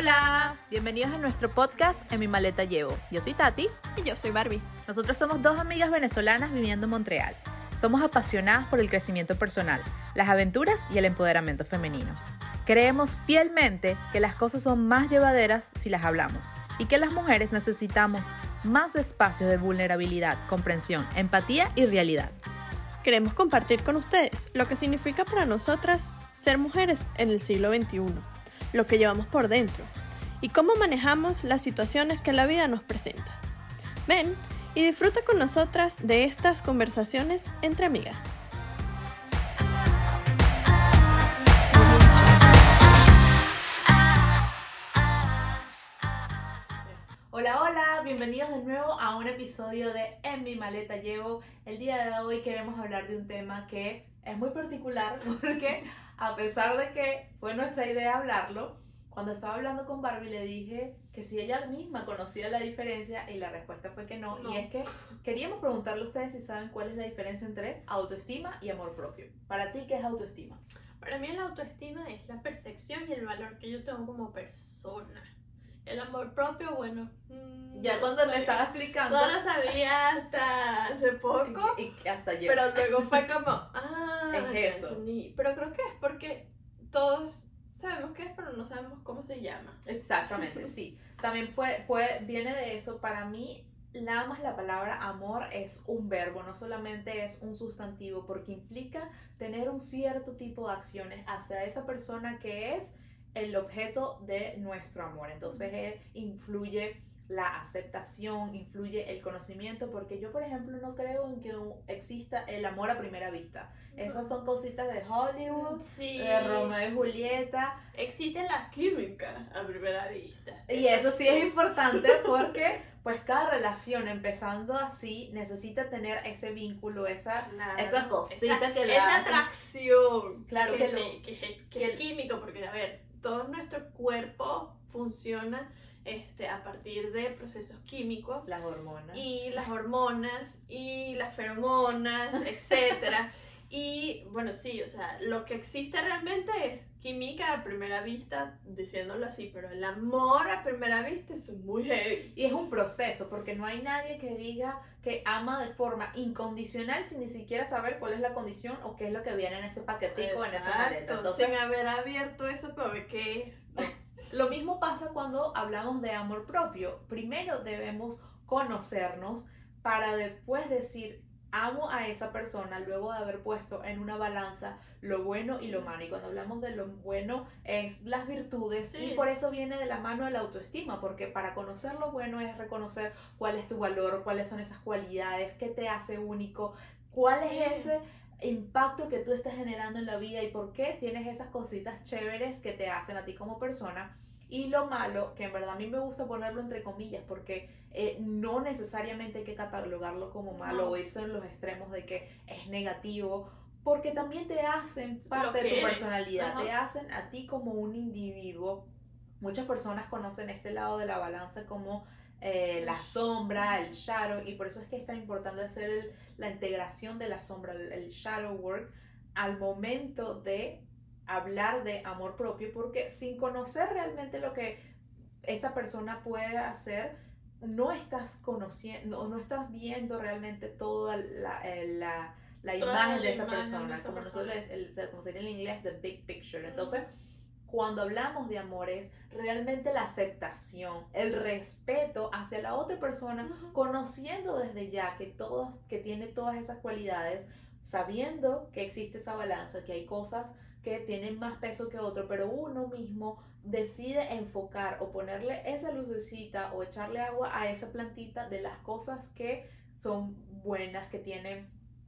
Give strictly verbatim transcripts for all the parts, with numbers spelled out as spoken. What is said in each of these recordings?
Hola, bienvenidos a nuestro podcast En mi maleta llevo. Yo soy Tati. Y yo soy Barbie. Nosotros somos dos amigas venezolanas viviendo en Montreal. Somos apasionadas por el crecimiento personal, las aventuras y el empoderamiento femenino. Creemos fielmente que las cosas son más llevaderas si las hablamos y que las mujeres necesitamos más espacios de vulnerabilidad, comprensión, empatía y realidad. Queremos compartir con ustedes lo que significa para nosotras ser mujeres en el siglo veintiuno, lo que llevamos por dentro y cómo manejamos las situaciones que la vida nos presenta. Ven y disfruta con nosotras de estas conversaciones entre amigas. Hola, hola, bienvenidos de nuevo a un episodio de En mi maleta llevo. El día de hoy queremos hablar de un tema que es muy particular porque a pesar de que fue nuestra idea hablarlo, cuando estaba hablando con Barbie le dije que si ella misma conocía la diferencia y la respuesta fue que no, no. Y es que queríamos preguntarle a ustedes si saben cuál es la diferencia entre autoestima y amor propio. Para ti, ¿qué es autoestima? Para mí la autoestima es la percepción y el valor que yo tengo como persona. El amor propio, bueno, mmm, ya no cuando sé. le estaba explicando No lo sabía hasta hace poco, y, y hasta yo. Pero luego fue como, ah, es eso. Entendí. Pero creo que es porque todos sabemos qué es, pero no sabemos cómo se llama. Exactamente, sí. También puede, puede, viene de eso. Para mí, nada más la palabra amor es un verbo, no solamente es un sustantivo, porque implica tener un cierto tipo de acciones hacia esa persona que es el objeto de nuestro amor. Entonces eh, influye la aceptación, influye el conocimiento, porque yo por ejemplo no creo en que exista el amor a primera vista. Esas son cositas de Hollywood, sí. de Romeo y Julieta. Existe la química a primera vista. Y eso sí es importante porque pues cada relación empezando así necesita tener ese vínculo, esa, claro, esa cosita esa, que le esa hacen. atracción. Claro que, que, sí, lo, que, que, que es químico, porque a ver, todo nuestro cuerpo funciona este, a partir de procesos químicos. Las hormonas. Y las hormonas, y las feromonas, etcétera. Y bueno, sí, o sea, lo que existe realmente es química a primera vista, diciéndolo así, pero el amor a primera vista es muy heavy. Y es un proceso, porque no hay nadie que diga que ama de forma incondicional sin ni siquiera saber cuál es la condición o qué es lo que viene en ese paquetico, en esa maleta. Entonces, sin haber abierto eso para ver qué es. Lo mismo pasa cuando hablamos de amor propio. Primero debemos conocernos para después decir amo a esa persona luego de haber puesto en una balanza lo bueno y lo malo. Y cuando hablamos de lo bueno es las virtudes, sí. Y por eso viene de la mano de la autoestima, porque para conocer lo bueno es reconocer cuál es tu valor, cuáles son esas cualidades, qué te hace único, cuál sí. es ese impacto que tú estás generando en la vida y por qué tienes esas cositas chéveres que te hacen a ti como persona. Y lo malo, que en verdad a mí me gusta ponerlo entre comillas, porque eh, no necesariamente hay que catalogarlo como malo no. o irse en los extremos de que es negativo, porque también te hacen parte de tu eres. personalidad, Ajá. te hacen a ti como un individuo. Muchas personas conocen este lado de la balanza como eh, la sombra, el shadow, y por eso es que es tan importante hacer el, la integración de la sombra, el, el shadow work, al momento de hablar de amor propio, porque sin conocer realmente lo que esa persona puede hacer, no estás conociendo, no estás viendo realmente toda la, la, la imagen de esa persona, de como persona. nosotros, el, como sería en inglés, the big picture. Entonces, cuando hablamos de amor es realmente la aceptación, el respeto hacia la otra persona, uh-huh. conociendo desde ya que, todas, que tiene todas esas cualidades, sabiendo que existe esa balanza, que hay cosas que tienen más peso que otro, pero uno mismo decide enfocar o ponerle esa lucecita o echarle agua a esa plantita de las cosas que son buenas, que tienen,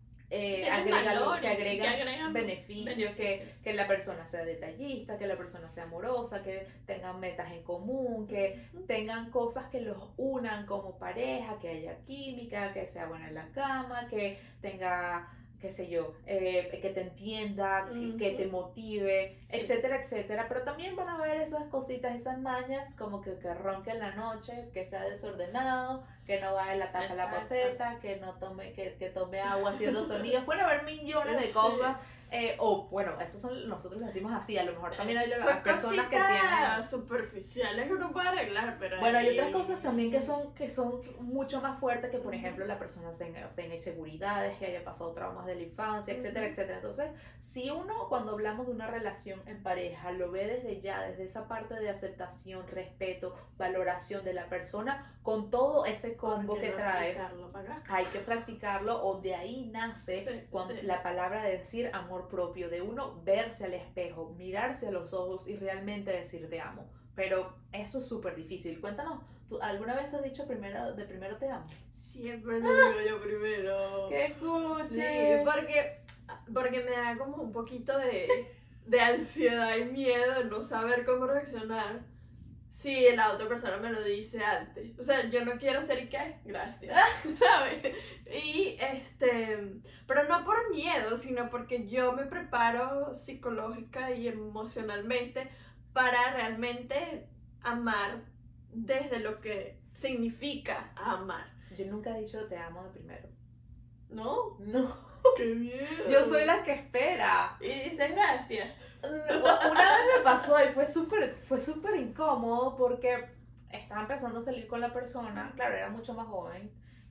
eh, agregan, valor, que agregan, que agregan beneficios, beneficios. Que, que la persona sea detallista, que la persona sea amorosa, que tengan metas en común, que uh-huh. tengan cosas que los unan como pareja, que haya química, que sea buena en la cama, que tenga qué sé yo, eh, que te entienda, uh-huh. que, que te motive, sí. etcétera, etcétera. Pero también van a ver esas cositas, esas mañas, como que, que ronque en la noche, que sea desordenado, que no vaya la tapa a la poseta, que no tome, que, que tome agua haciendo sonidos. Pueden haber millones de cosas. Sí. eh, o bueno, esos son, nosotros le decimos así, a lo mejor también hay Son las personas que tienen... superficiales que uno puede arreglar, pero Bueno, hay ahí- otras cosas también que son, que son mucho más fuertes, que por ejemplo la persona tenga, tenga inseguridades, que haya pasado traumas de la infancia, etcétera, Ujú. etcétera. Entonces, si uno cuando hablamos de una relación en pareja lo ve desde ya, desde esa parte de aceptación, respeto, valoración de la persona, con todo ese combo ¿Por qué que no trae, aplicarlo para acá? hay que practicarlo, o de ahí nace Sí, cuando, sí. la palabra de decir amor propio, de uno verse al espejo, mirarse a los ojos y realmente decir te amo. Pero eso es súper difícil. Cuéntanos, ¿tú alguna vez te has dicho primero, de primero te amo? Siempre lo digo yo primero. ¡Qué escuche! Sí, porque, porque me da como un poquito de, de ansiedad y miedo de no saber cómo reaccionar si la otra persona me lo dice antes. O sea, yo no quiero ser que gracias, ¿sabes? Y este, pero no por miedo, sino porque yo me preparo psicológica y emocionalmente para realmente amar desde lo que significa amar, Yo nunca he dicho te amo de primero. ¿no? No. ¡Qué miedo! Yo soy la que espera. Y dices gracias. Una vez me pasó y fue súper fue súper incómodo porque estaba empezando a salir con la persona, claro, era mucho más joven,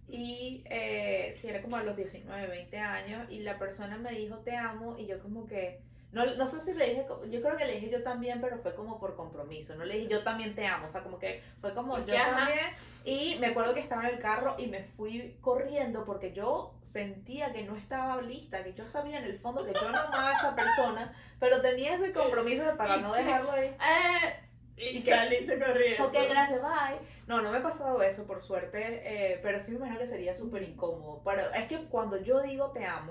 y eh, sí, era como a los diecinueve, veinte años, y la persona me dijo te amo, y yo como que, no, no sé si le dije, yo creo que le dije yo también, pero fue como por compromiso, no le dije yo también te amo, o sea, como que fue como yo Ajá. también, y me acuerdo que estaba en el carro y me fui corriendo porque yo sentía que no estaba lista, que yo sabía en el fondo que yo no amaba a esa persona, pero tenía ese compromiso de para ¿Y no qué? dejarlo ahí. Eh, y ¿Y qué? saliste corriendo. Ok, gracias, bye. No, no me ha pasado eso, por suerte, eh, pero sí me imagino que sería súper incómodo. Pero es que cuando yo digo te amo,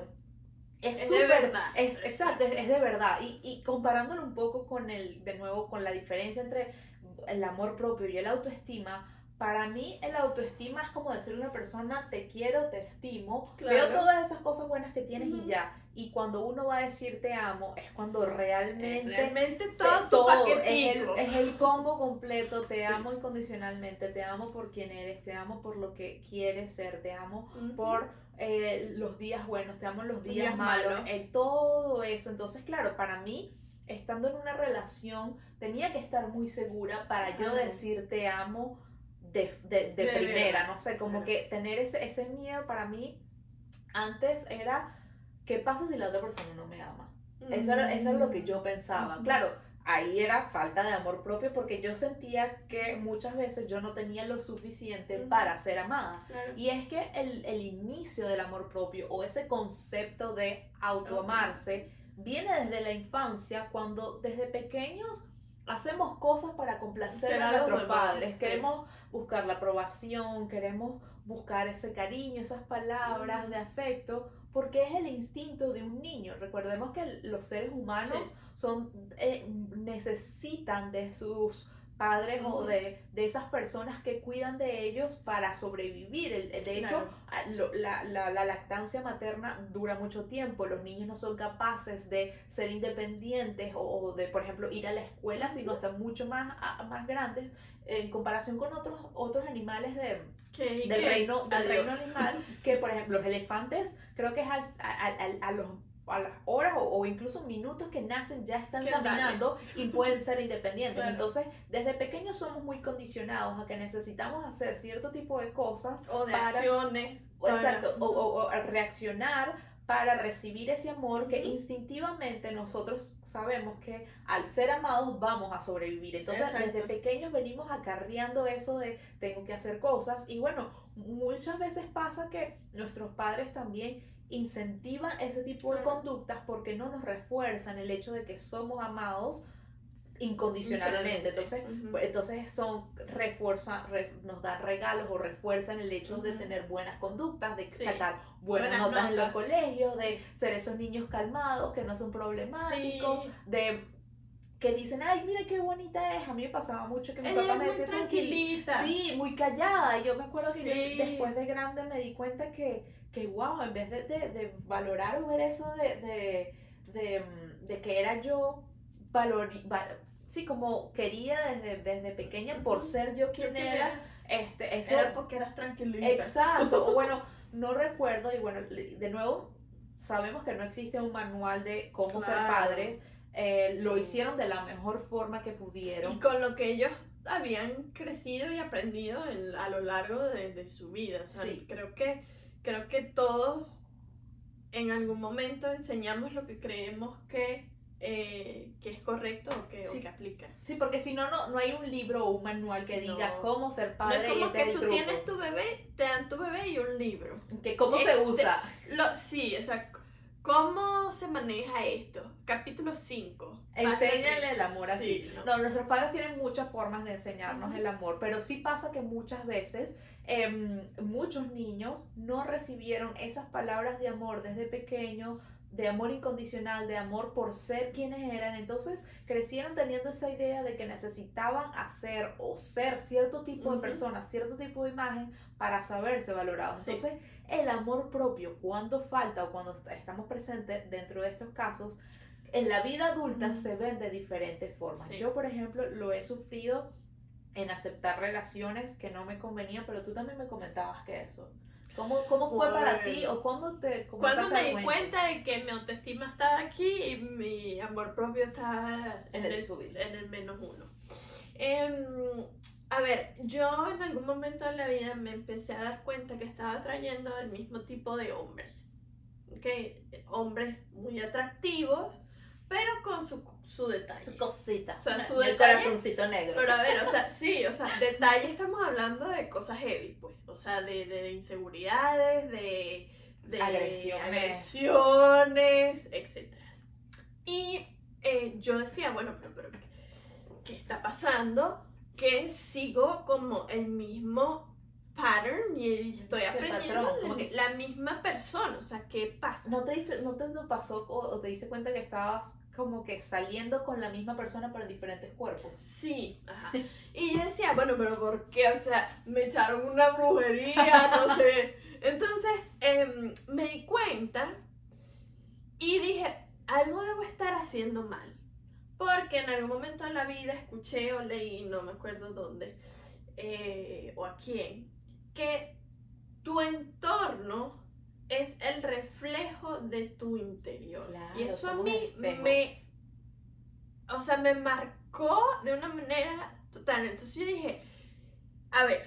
es Es de súper... verdad. Es, exacto, es, es de verdad. Y, y comparándolo un poco con el, de nuevo, con la diferencia entre el amor propio y el autoestima, para mí el autoestima es como decirle a una persona, te quiero, te estimo, Claro. veo todas esas cosas buenas que tienes Ujú. y ya. Y cuando uno va a decir te amo, es cuando realmente... Realmente Eh, todo tu todo, es el, paquetico. es el combo completo, te Sí. amo incondicionalmente, te amo por quien eres, te amo por lo que quieres ser, te amo Ujú. por eh, los días buenos, te amo en los días, Días malos, malos. eh, todo eso. Entonces, claro, para mí, estando en una relación, tenía que estar muy segura para yo Claro. decir te amo de, de, de De primera, verdad, no sé, como claro. que tener ese, ese miedo para mí antes era, ¿qué pasa si la otra persona no me ama? Eso era, eso era lo que yo pensaba. Ujú. Claro, ahí era falta de amor propio porque yo sentía que muchas veces yo no tenía lo suficiente Ujú. para ser amada. Claro. Y es que el, el inicio del amor propio o ese concepto de autoamarse viene desde la infancia, cuando desde pequeños hacemos cosas para complacer Ser a a los nuestros demás, padres. sí. Queremos buscar la aprobación, queremos buscar ese cariño, esas palabras Ujú. de afecto, porque es el instinto de un niño. Recordemos que los seres humanos Sí. son, eh, necesitan de sus padres o Ujú. de, de esas personas que cuidan de ellos para sobrevivir. El- el- de hecho, Claro. a- lo- la, la, la lactancia materna dura mucho tiempo. Los niños no son capaces de ser independientes o, o de, por ejemplo, ir a la escuela, sino están mucho más, a- más grandes en comparación con otros, otros animales de, ¿Qué- del qué? reino, del Adiós. reino animal, que por ejemplo los elefantes creo que es al, a, a- a los, a las horas o, o incluso minutos que nacen ya están Que caminando y pueden ser independientes. Claro. Entonces desde pequeños somos muy condicionados a que necesitamos hacer cierto tipo de cosas O de para- acciones. o, para- exacto, o, o- o a reaccionar para recibir ese amor que Ujú. instintivamente nosotros sabemos que al ser amados vamos a sobrevivir. Entonces Exacto. desde pequeños venimos acarreando eso de tengo que hacer cosas y bueno, muchas veces pasa que nuestros padres también incentivan ese tipo de Claro. conductas porque no nos refuerzan el hecho de que somos amados incondicionalmente. Entonces, Ujú. pues, entonces son refuerza, re- nos dan regalos o refuerzan el hecho de Ujú. tener buenas conductas, de Sí. sacar buenas, Buenas notas, en los notas. colegios, de ser esos niños calmados que no son problemáticos, Sí. de que dicen, ay, mira qué bonita es. A mí me pasaba mucho que mi Ella papá es me muy decía tranquilita. Sí, muy callada. Y yo me acuerdo que Sí. yo después de grande me di cuenta que, que wow, en vez de, de, de valorar o ver eso de, de, de, mm, de que era yo, valori, val- sí, como quería desde, desde pequeña por Ujú. ser yo quien Yo era, este, eso... Era porque eras tranquilita. Exacto, o bueno, no recuerdo, y bueno, de nuevo, sabemos que no existe un manual de cómo ser Claro. padres, eh, lo Sí. hicieron de la mejor forma que pudieron. Y con lo que ellos habían crecido y aprendido en- a lo largo de, de su vida. O sea, Sí. creo que, creo que todos en algún momento enseñamos lo que creemos que, eh, que es correcto o que, Sí. o que aplica. Sí, porque si no, no, no hay un libro o un manual que diga No. cómo ser No padre es y como este que es el tú truco. tienes tu bebé, te dan tu bebé y un libro. Que cómo se Este- usa. Lo, sí, o sea, ¿cómo se maneja esto? Capítulo cinco. Enséñale el amor así. Sí, ¿no? No, nuestros padres tienen muchas formas de enseñarnos Ujú. el amor, pero sí pasa que muchas veces em, muchos niños no recibieron esas palabras de amor desde pequeño, de amor incondicional, de amor por ser quienes eran. Entonces crecieron teniendo esa idea de que necesitaban hacer o ser cierto tipo de Ujú. persona, cierto tipo de imagen para saberse valorados. Sí. Entonces el amor propio, cuando falta o cuando est- estamos presentes dentro de estos casos, en la vida adulta Ujú. se ven de diferentes formas. Sí. Yo, por ejemplo, lo he sufrido en aceptar relaciones que no me convenían, pero tú también me comentabas que eso. ¿Cómo, cómo fue para Bueno. ti o cuándo te comenzaste Cuando a me dar di cuenta de que mi autoestima estaba aquí y mi amor propio estaba En el subir. en el menos uno. Em, a ver, yo en algún momento de la vida me empecé a dar cuenta que estaba atrayendo al mismo tipo de hombres. ¿Ok? Hombres muy atractivos, pero con su, su detalle. Su cosita, O sea, su el detalle- corazoncito negro. Pero a ver, o sea, sí, o sea, detalle estamos hablando de cosas heavy, pues. O sea, de, de inseguridades, de, de Agresiones. agresiones, etcétera. Y eh, yo decía, bueno, pero, pero, ¿qué está pasando? Que sigo como el mismo pattern y estoy Sí, el aprendiendo patrón, como la, que- la misma persona. O sea, ¿qué pasa? ¿No te, diste, ¿No te pasó o, o te diste cuenta que estabas como que saliendo con la misma persona pero en diferentes cuerpos? Sí, ajá. Y yo decía, bueno, pero ¿por qué? O sea, me echaron una brujería, no sé. Entonces, em, me di cuenta y dije, algo debo estar haciendo mal. Porque en algún momento de la vida escuché o leí, no me acuerdo dónde, eh, o a quién, que tu entorno es el reflejo de tu interior. Claro, y eso a somos mí espejos. me o sea, me marcó de una manera total. Entonces yo dije, a ver,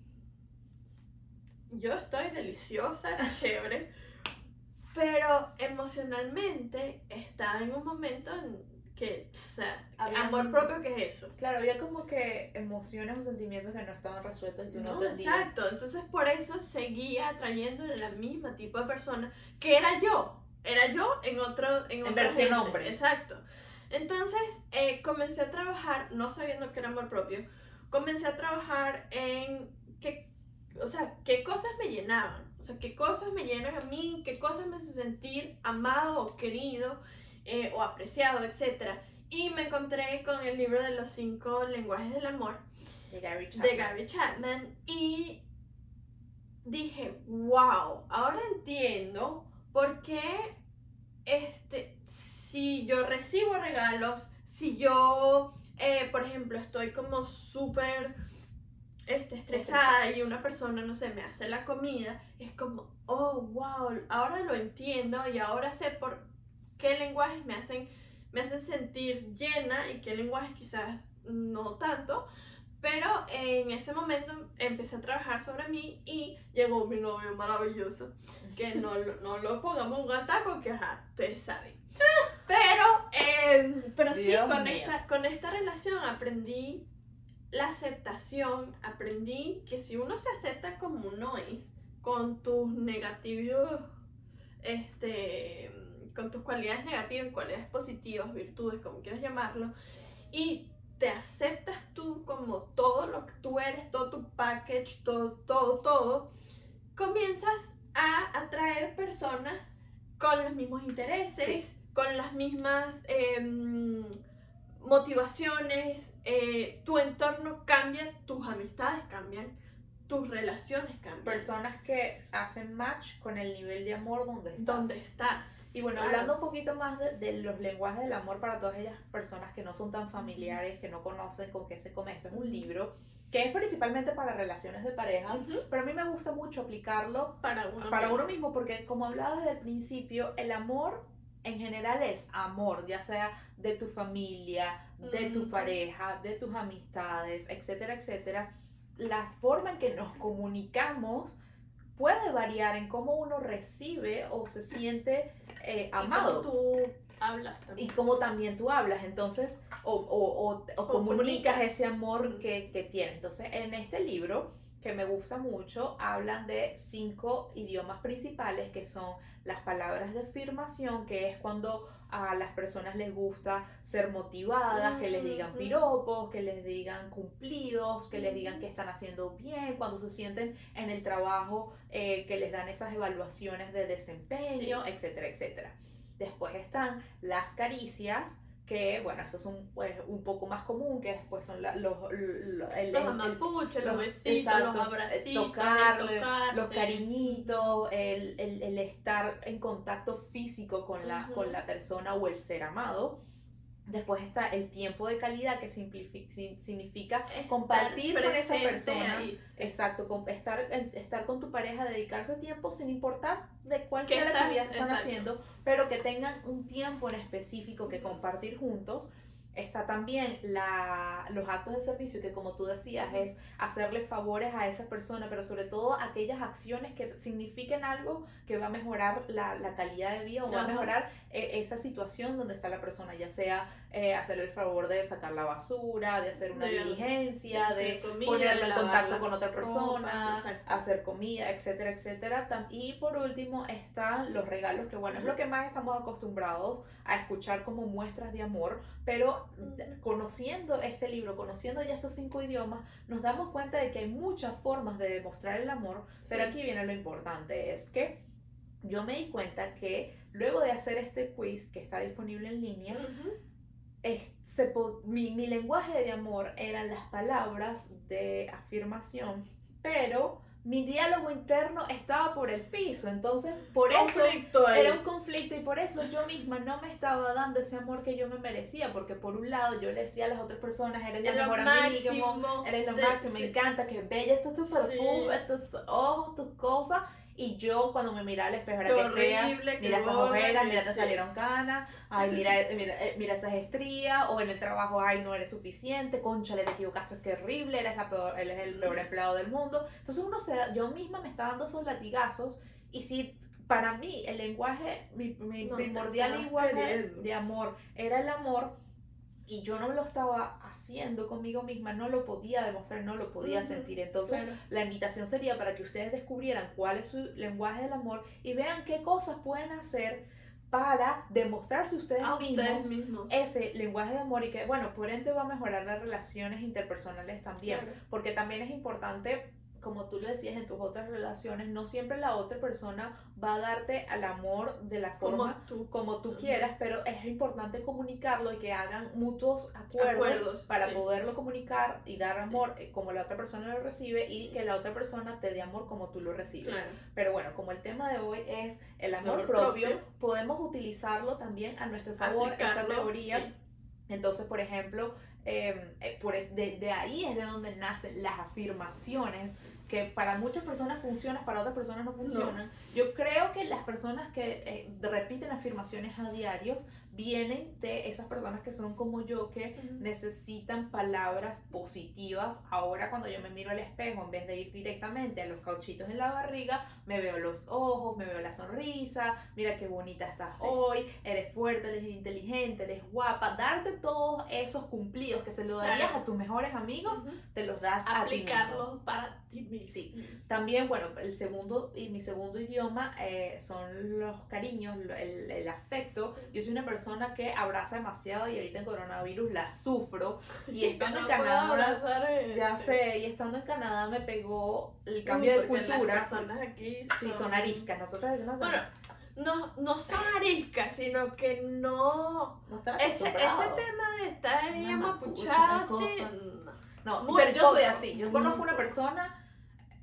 yo estoy deliciosa, chévere, pero emocionalmente estaba en un momento en que, o sea, Había- amor propio, ¿qué es eso? Claro, había como que emociones o sentimientos que no estaban resueltos y tú no, No, entendías. exacto. Entonces por eso seguía atrayendo la misma tipo de persona que era yo. Era yo en otro en, En otra versión gente. hombre. Exacto. Entonces eh, comencé a trabajar, no sabiendo que era amor propio, comencé a trabajar en qué, o sea, qué cosas me llenaban. O sea, qué cosas me llenan a mí, qué cosas me hacen sentir amado o querido eh, o apreciado, etcétera. Y me encontré con el libro de los cinco lenguajes del amor De Gary Chapman. de Gary Chapman y dije, wow, ahora entiendo por qué este, si yo recibo regalos, si yo, eh, por ejemplo, estoy como súper este, estresada y una persona, no sé, me hace la comida, es como, oh, wow, ahora lo entiendo y ahora sé por qué lenguajes me hacen, me hacen sentir llena y qué lenguajes quizás no tanto. Pero en ese momento empecé a trabajar sobre mí y llegó mi novio maravilloso. Que no, lo- no lo pongamos en un altar porque, ajá, ustedes saben. Pero, eh, pero sí, Dios con mío. esta, con esta relación aprendí la aceptación. Aprendí que si uno se acepta como uno es, con tus negativos, este, con tus cualidades negativas, cualidades positivas, virtudes, como quieras llamarlo, y te aceptas tú como todo lo que tú eres, todo tu package, todo, todo, todo, comienzas a atraer personas con los mismos intereses, Sí. con las mismas eh, motivaciones, eh, tu entorno cambia, tus amistades cambian, tus relaciones cambian. Personas que hacen match con el nivel de amor donde estás. ¿Dónde estás? Y bueno, Claro. hablando un poquito más de, de los lenguajes del amor para todas ellas personas que no son tan familiares, que no conocen con qué se come, esto es un libro que es principalmente para relaciones de pareja, Ujú. pero a mí me gusta mucho aplicarlo Para uno para mismo. uno mismo, porque como hablaba desde el principio, el amor en general es amor, ya sea de tu familia, de tu Ujú. pareja, de tus amistades, etcétera, etcétera. La forma en que nos comunicamos puede variar en cómo uno recibe o se siente eh, amado. Y como tú hablas Y también. como también tú hablas, entonces, o, o, o, o comunicas comunicas. ese amor que, que tienes. Entonces, en este libro, que me gusta mucho, hablan de cinco idiomas principales, que son las palabras de afirmación, que es cuando a las personas les gusta ser motivadas, que les digan Ujú. piropos, que les digan cumplidos, que les digan que están haciendo bien, cuando se sienten en el trabajo, eh, que les dan esas evaluaciones de desempeño, Sí. etcétera, etcétera. Después están las caricias, que bueno, eso es un, pues, un poco más común, que después son la- los, los, el, Los el- amapuches, los los- besitos, exacto, los eh, abracitos, tocarle, el tocarse. los cariñitos, el, el, el estar en contacto físico con la, Ujú. con la persona o el ser amado. Después está el tiempo de calidad, que simplifi- sin- significa Estar compartir con esa presente persona. ahí, sí. Exacto, con, estar, estar con tu pareja, dedicarse tiempo sin importar de cuál ¿Qué sea la estás- actividad que están exacto. haciendo, pero que tengan un tiempo en específico que compartir juntos. Está también la, los actos de servicio, que como tú decías, es hacerle favores a esa persona, pero sobre todo aquellas acciones que signifiquen algo que va a mejorar la, la calidad de vida o va a Ajá. mejorar eh, esa situación donde está la persona, ya sea eh, hacerle el favor de sacar la basura, de hacer una De- diligencia, de de, hacer comida, ponerlo de en lavar contacto la con otra ropa, persona, exacto. hacer comida, etcétera, etcétera. Tam- Y por último están los regalos, que bueno, es lo que más estamos acostumbrados a escuchar como muestras de amor, pero Ujú. conociendo este libro, conociendo ya estos cinco idiomas, nos damos cuenta de que hay muchas formas de demostrar el amor, pero Sí. aquí viene lo importante, es que yo me di cuenta que luego de hacer este quiz que está disponible en línea, Ujú. es- se po- mi, mi lenguaje de amor eran las palabras de afirmación, pero mi diálogo interno estaba por el piso, entonces por eso Conflicto ahí. era un conflicto y por eso yo misma no me estaba dando ese amor que yo me merecía, porque por un lado yo le decía a las otras personas, eres la Es lo mejor amiga, máximo eres lo de- máximo, me sí. encanta, que bella está tu perfume, Sí. tus ojos, tus cosas. Y yo cuando me miraba al espejo era Qué que fea, horrible, qué mira esas gorda, ojeras, que mira te sí. salieron canas, ay mira, mira, eh, mira esas estrías, o en el trabajo, ay no eres suficiente, cónchale te equivocaste, es que horrible, eres, la peor, eres el peor empleado del mundo. Entonces uno se da- yo misma me estaba dando esos latigazos, y si para mí el lenguaje, mi, mi No te primordial estabas lenguaje queriendo. de amor era el amor, y yo no lo estaba haciendo conmigo misma, no lo podía demostrar, no lo podía Ujú, sentir. Entonces claro. la invitación sería para que ustedes descubrieran cuál es su lenguaje del amor y vean qué cosas pueden hacer para demostrarse ustedes A mismos ustedes mismos. ese lenguaje de amor, y que bueno, por ende va a mejorar las relaciones interpersonales también, Claro. porque también es importante, como tú lo decías en tus otras relaciones, no siempre la otra persona va a darte al amor de la Como forma tú. como tú Ujú. quieras, pero es importante comunicarlo y que hagan mutuos acuerdos, Acuerdos, para sí. poderlo comunicar y dar amor eh, como la otra persona lo recibe, y que la otra persona te dé amor como tú lo recibes. Claro. Pero bueno, como el tema de hoy es el amor Amor propio, propio. podemos utilizarlo también a nuestro favor, esta Aplicarlo, teoría. sí. Entonces, por ejemplo, eh, eh, por es, de, de ahí es de donde nacen las afirmaciones, que para muchas personas funcionan, para otras personas no funcionan. Yo creo que las personas que eh, repiten afirmaciones a diario vienen de esas personas que son como yo, que Ujú. necesitan palabras positivas. Ahora cuando yo me miro al espejo, en vez de ir directamente a los cauchitos en la barriga, me veo los ojos, me veo la sonrisa, mira qué bonita estás Sí. hoy, eres fuerte, eres inteligente, eres guapa. Darte todos esos cumplidos que se lo darías Claro. a tus mejores amigos, Ujú. te los das a ti mismo. Aplicarlos para ti mismo. Sí. También, bueno, el segundo y mi segundo idioma eh, son los cariños, lo- el, el afecto. Yo soy una persona que abraza demasiado y ahorita en coronavirus la sufro. Y Que estando no en puedo Canadá, abrazar, eh, ya sé, y estando en Canadá me pegó el Uy, cambio de porque cultura. Las personas aquí Sí, son ariscas. Nosotros decimos Bueno, no, no son ariscas, sino que no. no están Ese, ese acostumbrados. tema de estar ella Una mapuche, mapuchada una así. cosa. No, Muy pero yo soy poco, así. Yo muy conozco una poco. persona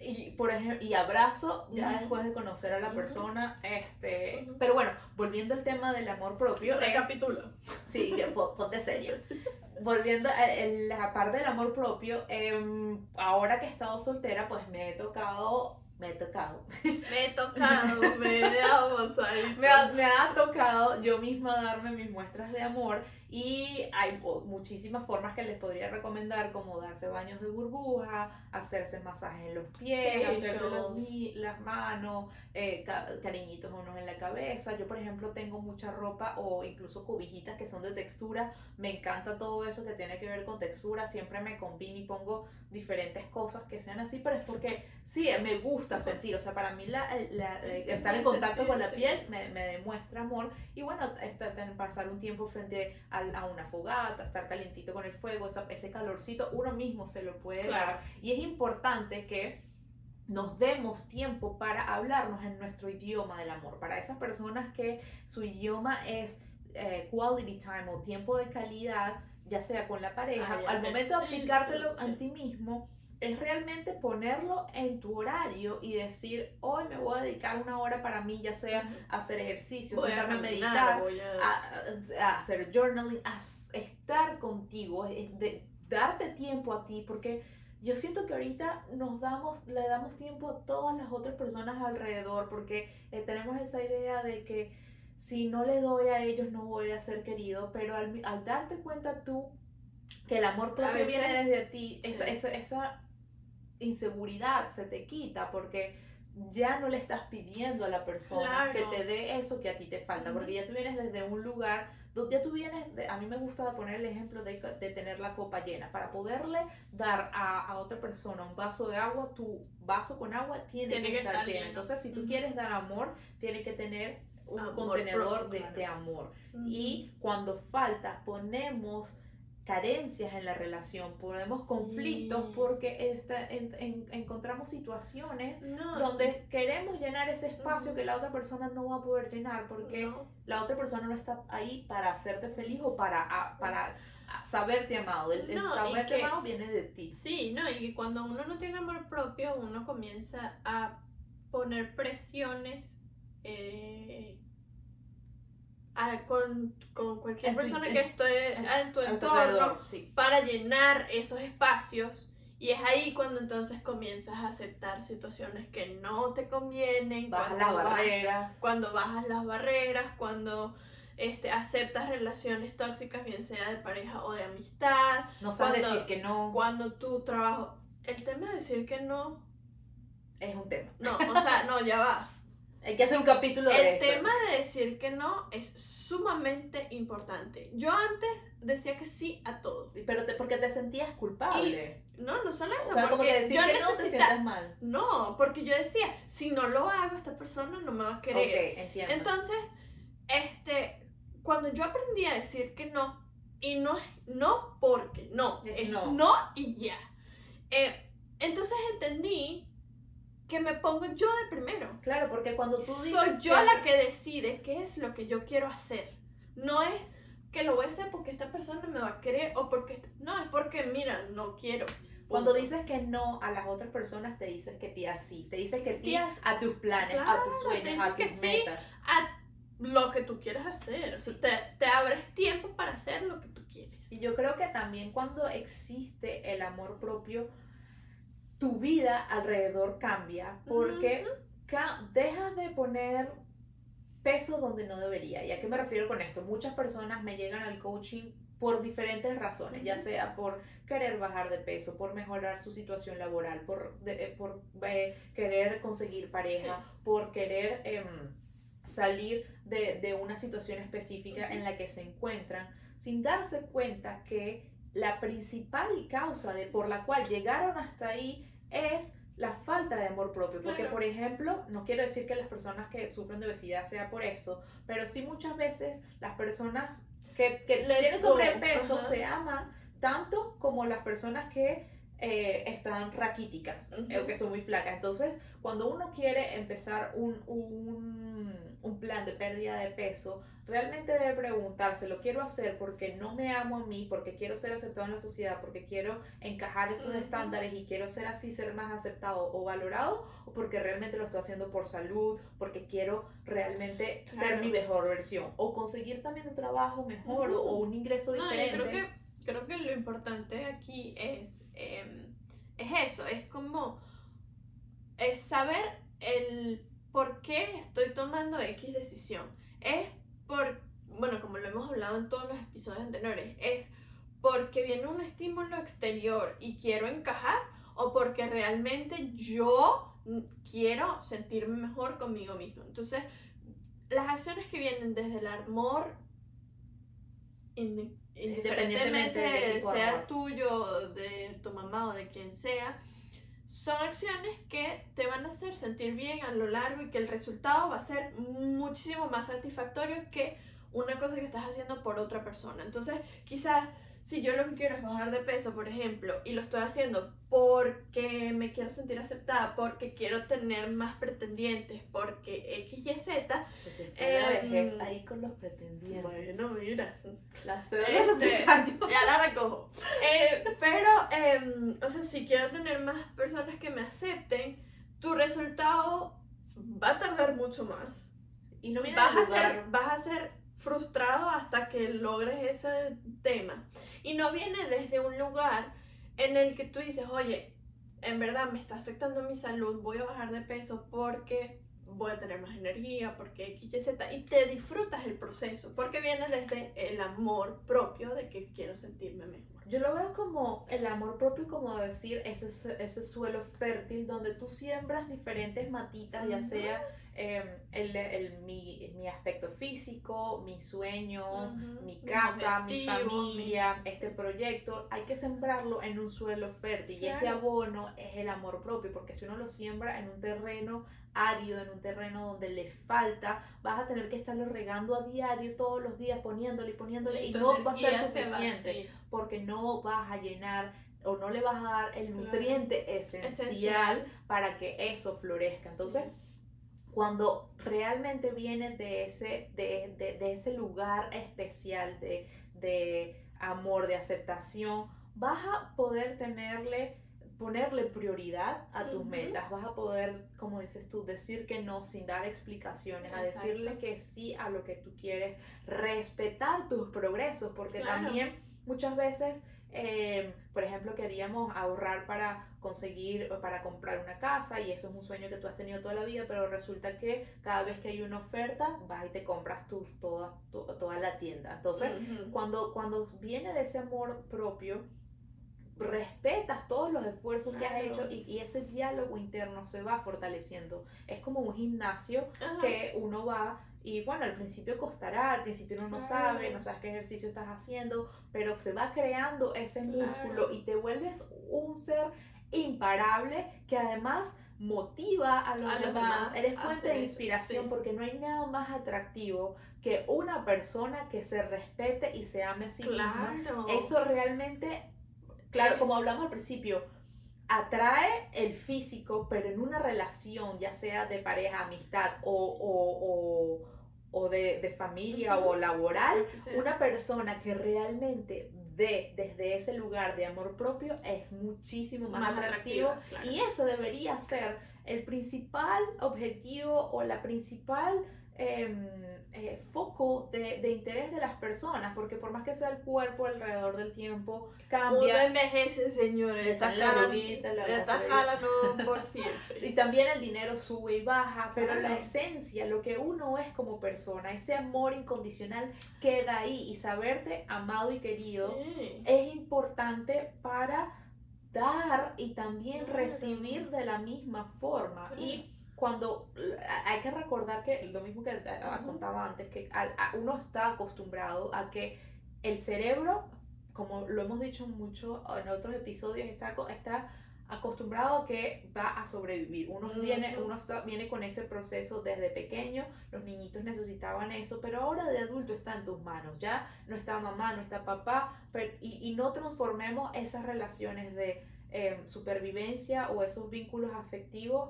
Y, por ejemplo, y abrazo ya Ujú. después de conocer a la Ujú. persona, este, Ujú. pero bueno, volviendo al tema del amor propio, es, Recapitulo. sí, que po- ponte serio. Volviendo a el- la parte del amor propio, em, ahora que he estado soltera, pues me he tocado, me he tocado, Me he tocado, me he dado ahí. me ha, me ha tocado yo misma darme mis muestras de amor y hay o, muchísimas formas que les podría recomendar, como darse baños de burbuja, hacerse masajes en los pies, hacerse las, Facials. mi- las manos, eh, ca- cariñitos unos en la cabeza. Yo, por ejemplo, tengo mucha ropa o incluso cobijitas que son de textura. Me encanta todo eso que tiene que ver con textura. Siempre me combino y pongo diferentes cosas que sean así, pero es porque sí, me gusta sentir. O sea, para mí la, la- eh, estar en contacto con la piel me, me demuestra amor. Y bueno, estar, pasar un tiempo frente a, a una fogata, estar calientito con el fuego, esa, ese calorcito, uno mismo se lo puede Claro. dar. Y es importante que nos demos tiempo para hablarnos en nuestro idioma del amor. Para esas personas que su idioma es eh, quality time o tiempo de calidad, ya sea con la pareja, Ah, ya, al momento de sí, aplicártelo sí, sí. a ti mismo, es realmente ponerlo en tu horario y decir, hoy me voy a dedicar una hora para mí, ya sea Ujú. a hacer ejercicio, Voy a sentarme a caminar, meditar, voy a... a, a hacer journaling, a estar contigo, es de darte tiempo a ti, porque yo siento que ahorita nos damos, le damos tiempo a todas las otras personas alrededor, porque eh, tenemos esa idea de que si no le doy a ellos no voy a ser querido, pero al, al darte cuenta tú que el amor propio veces, viene desde ti, esa, sí. esa, esa inseguridad se te quita porque ya no le estás pidiendo a la persona Claro. que te dé eso que a ti te falta, Ujú. porque ya tú vienes desde un lugar donde ya tú vienes, de, a mí me gusta poner el ejemplo de, de tener la copa llena, para poderle dar a, a otra persona un vaso de agua, tu vaso con agua tiene, Tiene que, que estar, estar lleno, lleno. entonces si tú Ujú. quieres dar amor, tiene que tener un Amor contenedor propio, de, claro. de amor, Ujú. y cuando falta ponemos carencias en la relación, ponemos conflictos Sí. porque esta, en, en, encontramos situaciones No, donde queremos llenar ese espacio Ujú. que la otra persona no va a poder llenar porque no. la otra persona no está ahí para hacerte feliz o para, a, para a saberte amado. El, el No, y saberte que- amado viene de ti. Sí, no, y cuando uno no tiene amor propio, uno comienza a poner presiones eh, a- con, con cualquier En tu- persona en- que esté en- en tu a tu entorno alrededor, sí. para llenar esos espacios. Y es ahí cuando entonces comienzas a aceptar situaciones que no te convienen, Bajas cuando las vas- barreras. cuando bajas las barreras, cuando este, aceptas relaciones tóxicas, bien sea de pareja o de amistad, No sabes cuando- decir que no. cuando tu trabajo... El tema de decir que no... Es un tema. No, o sea, no, ya va. Hay que hacer un capítulo de El esto. tema de decir que no es sumamente importante. Yo antes decía que sí a todo. Pero te, porque te sentías culpable. No, no solo eso, O sea, como porque que decir yo que no te necesitaba... sientas mal. No, porque yo decía, si no lo hago, esta persona no me va a querer. Ok, entiendo. Entonces, este, cuando yo aprendí a decir que no, y no es no porque no, Es es no. no, y ya. Eh, entonces entendí que me pongo yo de primero. Claro, porque cuando tú dices Soy yo que- la que decide qué es lo que yo quiero hacer. No es que lo voy a hacer porque esta persona me va a querer o porque... No, es porque, mira, no quiero. Cuando Punto. dices que no a las otras personas, te dices que sí a sí. Te dices que sí Tías- a tus planes, a Claro, tus te sueños, dices a que tus sí. metas. A lo que tú quieras hacer. O sea, te, te abres tiempo para hacer lo que tú quieres. Y yo creo que también cuando existe el amor propio, tu vida alrededor cambia porque ca- dejas de poner peso donde no debería. ¿Y a qué me refiero con esto? Muchas personas me llegan al coaching por diferentes razones, ya Ujú. sea por querer bajar de peso, por mejorar su situación laboral, por, de- eh, por eh, querer conseguir pareja, por querer em, salir de, de una situación específica Ujú. en la que se encuentran, sin darse cuenta que la principal causa de por la cual llegaron hasta ahí es la falta de amor propio, porque Claro. por ejemplo, no quiero decir que las personas que sufren de obesidad sea por esto, pero sí muchas veces las personas que, que Let tienen go, sobrepeso ajá. se aman tanto como las personas que eh, están raquíticas, Ujú. eh, o que son muy flacas. Entonces, cuando uno quiere empezar un, un, un plan de pérdida de peso, realmente debe preguntarse, ¿lo quiero hacer porque no me amo a mí, porque quiero ser aceptado en la sociedad, porque quiero encajar esos Ujú. estándares y quiero ser así, ser más aceptado o valorado, o porque realmente lo estoy haciendo por salud, porque quiero realmente ser Claro. mi mejor versión, o conseguir también un trabajo mejor Ujú. o, o un ingreso No, yo diferente? creo que, creo que lo importante aquí es, eh, es eso, es como es saber el por qué estoy tomando X decisión. Es por, bueno, como lo hemos hablado en todos los episodios anteriores, es porque viene un estímulo exterior y quiero encajar, o porque realmente yo mm, quiero sentirme mejor conmigo mismo. Entonces, las acciones que vienen desde el amor, indi- Independientemente de qué indiferentemente tipo de sea amor. tuyo, de tu mamá o de quien sea, son acciones que te van a hacer sentir bien a lo largo y que el resultado va a ser muchísimo más satisfactorio que una cosa que estás haciendo por otra persona. Entonces, quizás si yo lo que quiero es bajar de peso, por ejemplo, y lo estoy haciendo porque me quiero sentir aceptada, porque quiero tener más pretendientes, porque X, Y, Z. Se te fue la Em, vejez ahí con los pretendientes. Bueno, mira. La cédula se te Este, cayó. ya la recojo. Eh, pero, em, o sea, si quiero tener más personas que me acepten, tu resultado va a tardar mucho más. Y no viene Vas del a, ser, lugar. vas a ser frustrado hasta que logres ese tema. Y no viene desde un lugar en el que tú dices, oye, en verdad me está afectando mi salud, voy a bajar de peso porque voy a tener más energía, porque X, Y, Z, y te disfrutas el proceso, porque viene desde el amor propio de que quiero sentirme mejor. Yo lo veo como el amor propio, como decir, ese, su- ese suelo fértil donde tú siembras diferentes matitas, ya Ujú. sea eh, el, el- mi, mi aspecto físico, mis sueños, Ujú. mi Mis casa, mi objetivos, familia, mi- este proyecto. Hay que sembrarlo en un suelo fértil y ese Claro. abono es el amor propio, porque si uno lo siembra en un terreno árido, en un terreno donde le falta, vas a tener que estarlo regando a diario, todos los días, poniéndole y poniéndole, y tu no va a ser energía se va suficiente, así. porque no vas a llenar o no le vas a dar el Claro. nutriente esencial, Esencial. para que eso florezca. Entonces, Sí. cuando realmente viene de ese, de, de, de ese lugar especial de, de amor, de aceptación, vas a poder tenerle, ponerle prioridad a tus Ujú. metas, vas a poder, como dices tú, decir que no sin dar explicaciones, a Exacto. decirle que sí a lo que tú quieres, respetar tus progresos, porque Claro. también muchas veces, eh, por ejemplo, queríamos ahorrar para conseguir, para comprar una casa, y eso es un sueño que tú has tenido toda la vida, pero resulta que cada vez que hay una oferta, vas y te compras tú toda, tu- toda la tienda. Entonces, Ujú. cuando, cuando viene de ese amor propio, respetas todos los esfuerzos que has Claro. hecho, y, y ese diálogo interno se va fortaleciendo. Es como un gimnasio Ajá. que uno va y bueno, al principio costará, al principio uno no Claro. sabe, no sabes qué ejercicio estás haciendo, pero se va creando ese Claro. músculo y te vuelves un ser imparable que además motiva a los, A los demás. demás Eres a fuente hacer de eso, inspiración, sí. porque no hay nada más atractivo que una persona que se respete y se ame a sí misma. Claro. Eso realmente, claro, Es- como hablamos al principio, atrae el físico, pero en una relación, ya sea de pareja, amistad o, o, o, o de, de familia Ujú. o laboral, Lo que sea. una persona que realmente dé desde ese lugar de amor propio es muchísimo más, Más atractivo, atractiva, claro. y eso debería ser el principal objetivo o la principal eh, eh, foco de, de interés de las personas, porque por más que sea el cuerpo alrededor del tiempo Uno cambia. envejece, señores. Le Esta sale la cara, arruguita, la- esta la- cara no por siempre. Y también el dinero sube y baja, pero Claro. la esencia, lo que uno es como persona, ese amor incondicional queda ahí, y saberte amado y querido Sí. es importante para dar y también Claro. recibir de la misma forma. Claro. Y cuando hay que recordar que lo mismo que ah, Ujú. contaba antes, que al- a- uno está acostumbrado a que el cerebro, como lo hemos dicho mucho en otros episodios, está, co- está acostumbrado a que va a sobrevivir. Uno, Ujú. viene, uno está- viene con ese proceso desde pequeño, los niñitos necesitaban eso, pero ahora de adulto está en tus manos, ya no está mamá, no está papá, pero- y, y no transformemos esas relaciones de eh, supervivencia o esos vínculos afectivos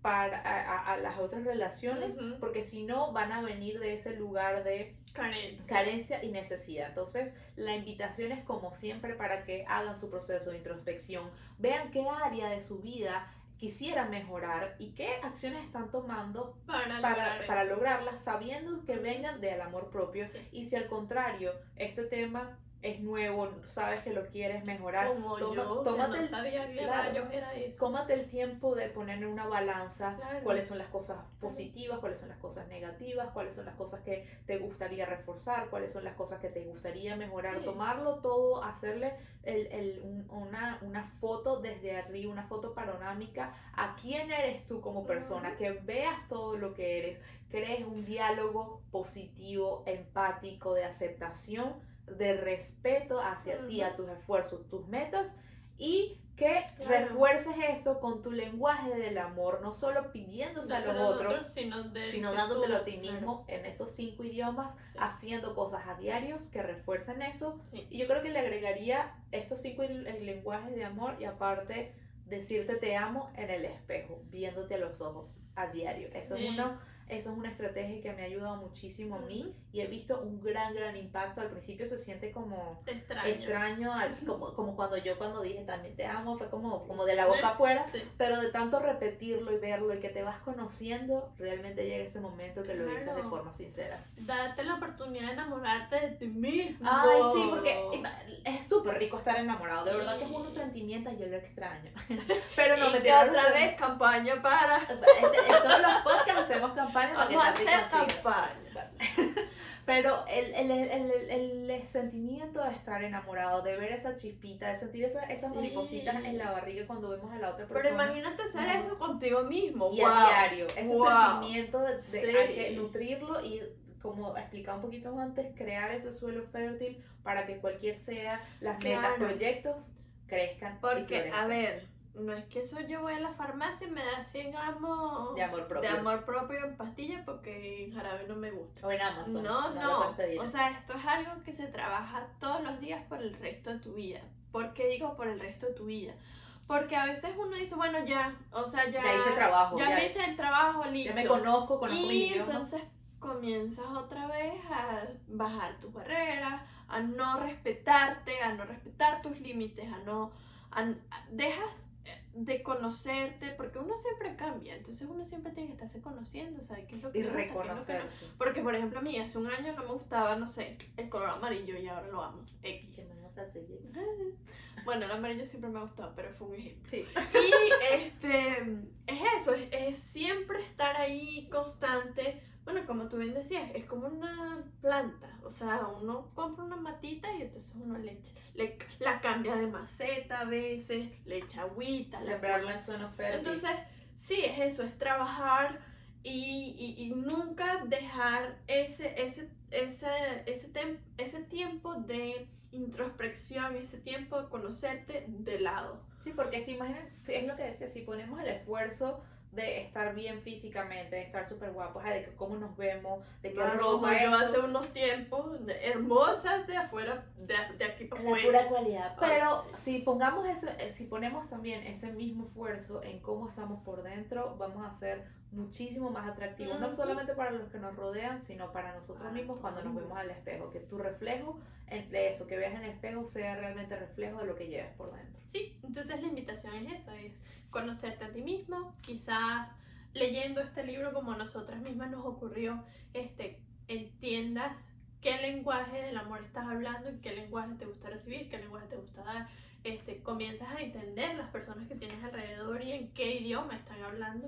para a, a- a las otras relaciones, Ujú. porque si no van a venir de ese lugar de Carencia. carencia y necesidad. Entonces, la invitación es como siempre para que hagan su proceso de introspección, vean qué área de su vida quisiera mejorar y qué acciones están tomando Para, para, lograr para eso. lograrlas, sabiendo que vengan del amor propio. Sí. Y si al contrario, este tema es nuevo, sabes que lo quieres mejorar, Como toma- yo, tómate que no el sabía qué claro. rayos era eso. Tómate el tiempo de poner en una balanza Claro. cuáles son las cosas positivas, cuáles son las cosas negativas, cuáles son las cosas que te gustaría reforzar, cuáles son las cosas que te gustaría mejorar. Sí. Tomarlo todo, hacerle el, el, un- una, una foto desde arriba, una foto panorámica a quién eres tú como persona, Ujú. que veas todo lo que eres, crees un diálogo positivo, empático, de aceptación, de respeto hacia ti, Ujú. a tus esfuerzos, tus metas, y que Claro. refuerces esto con tu lenguaje del amor, no solo pidiéndose No a los solo otros, nosotros, sino, del sino que dándotelo tú- a ti claro. mismo en esos cinco idiomas, Sí. haciendo cosas a diarios que refuercen eso. Sí. Y yo creo que le agregaría estos cinco il- lenguajes de amor y aparte decirte te amo en el espejo, viéndote a los ojos a diario. Eso, Sí. es, uno, eso es una estrategia que me ha ayudado muchísimo a mí Ujú. y he visto un gran, gran impacto. Al principio se siente como Extraño. extraño, al- como, como cuando yo cuando dije también te amo, fue como, como de la boca afuera, Sí. pero de tanto repetirlo y verlo y que te vas conociendo, realmente llega ese momento que lo dices de Claro. forma sincera. Date la oportunidad de enamorarte de ti mismo. Ay, sí, porque ima- es súper rico estar enamorado, de Sí. verdad que es unos sentimientos, yo lo extraño. Pero no, y me que otra vez campaña para... En todos los podcasts hacemos campaña para que Vamos a Tati hacer consiga. campaña. Pero el, el, el, el, el sentimiento de estar enamorado, de ver esa chispita, de sentir esa, esas Sí. maripositas en la barriga cuando vemos a la otra Pero persona. imagínate hacer Vamos. eso contigo mismo. Y Wow. a diario, ese Wow. sentimiento de, de Sí. hay que nutrirlo y, como explicaba un poquito antes, crear ese suelo fértil para que cualquier sea las metas, Claro. proyectos, crezcan y Porque, florezcan. a ver, no es que eso yo voy a la farmacia y me da cien gramos De amor propio. de amor propio en pastillas porque en jarabe no me gusta. O en Amazon. No, lo no. puedes pedir. O sea, esto es algo que se trabaja todos los días por el resto de tu vida. ¿Por qué digo por el resto de tu vida? Porque a veces uno dice, bueno, ya, o sea, ya, Ya hice trabajo, ya ya- me hice el trabajo, listo. Ya me conozco, conozco mis Y idiomas. entonces comienzas otra vez a bajar tus barreras, a no respetarte, a no respetar tus límites, a no... a- a- dejas de conocerte, porque uno siempre cambia, entonces uno siempre tiene que estarse conociendo, ¿sabes? ¿Qué es lo que Y me gusta, qué es lo que no? reconocerte. Porque, por ejemplo, a mí hace un año no me gustaba, no sé, el color amarillo y ahora lo amo. X. Que me vas a seguir. Bueno, el amarillo siempre me ha gustado, pero fue un ejemplo. Sí. Y este, es eso, es, es siempre estar ahí constante. Bueno, como tú bien decías, es como una planta. O sea, uno compra una matita y entonces uno le, echa- le la cambia de maceta a veces, le echa agüita, la Sembrarla en suelo fértil. entonces, sí, es eso, es trabajar y, y, y nunca dejar ese, ese, ese, ese, tem- ese tiempo de introspección, ese tiempo de conocerte de lado. Sí, porque si imaginan, sí, es lo que decía, si ponemos el esfuerzo de estar bien físicamente, de estar súper guapos, ay, de que cómo nos vemos, de qué Claro, ropa como yo esto, hace unos tiempos, de- hermosas de afuera, de, de aquí para la afuera. pura cualidad. Ay, Pero sí. si pongamos ese, eh, si ponemos también ese mismo esfuerzo en cómo estamos por dentro, vamos a ser muchísimo más atractivos, no Ujú. solamente para los que nos rodean, sino para nosotros Para mismos todo cuando el nos mundo. vemos al espejo, que tu reflejo en- de eso que veas en el espejo sea realmente reflejo de lo que lleves por dentro. Sí, entonces la invitación es eso, es conocerte a ti mismo, quizás leyendo este libro como a nosotras mismas nos ocurrió, este, entiendas qué lenguaje del amor estás hablando y qué lenguaje te gusta recibir, qué lenguaje te gusta dar, este, comienzas a entender las personas que tienes alrededor y en qué idioma están hablando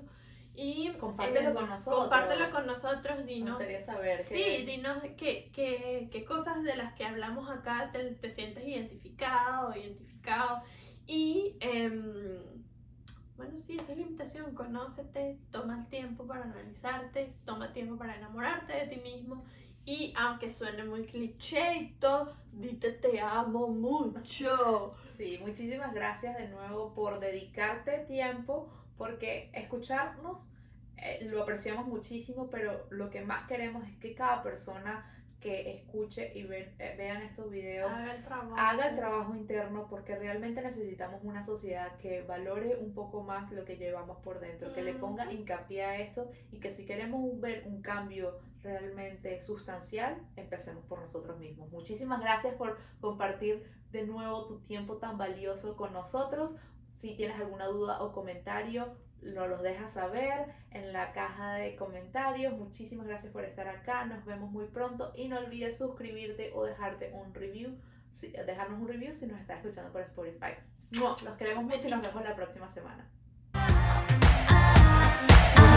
y Compártelo eh, con nosotros. compártelo con nosotros, Me dinos. gustaría saber Sí, que dinos qué, qué, qué cosas de las que hablamos acá te, te sientes identificado, identificado. Y em, bueno, sí, esa es la invitación. Conócete, toma el tiempo para analizarte, toma tiempo para enamorarte de ti mismo. Y aunque suene muy cliché y todo, dite te amo mucho. sí, muchísimas gracias de nuevo por dedicarte tiempo, porque escucharnos eh, lo apreciamos muchísimo, pero lo que más queremos es que cada persona que escuche y ven, eh, vean estos videos, Haga el trabajo. haga el trabajo interno, porque realmente necesitamos una sociedad que valore un poco más lo que llevamos por dentro, que le ponga Ujú. hincapié a esto, y que si queremos ver un cambio realmente sustancial, empecemos por nosotros mismos. Muchísimas gracias por compartir de nuevo tu tiempo tan valioso con nosotros. Si tienes alguna duda o comentario, nos los dejas saber en la caja de comentarios. Muchísimas gracias por estar acá. Nos vemos muy pronto y no olvides suscribirte o dejarte un review, si, dejarnos un review si nos estás escuchando por Spotify. ¡Mua! Los queremos mucho y nos vemos la próxima semana.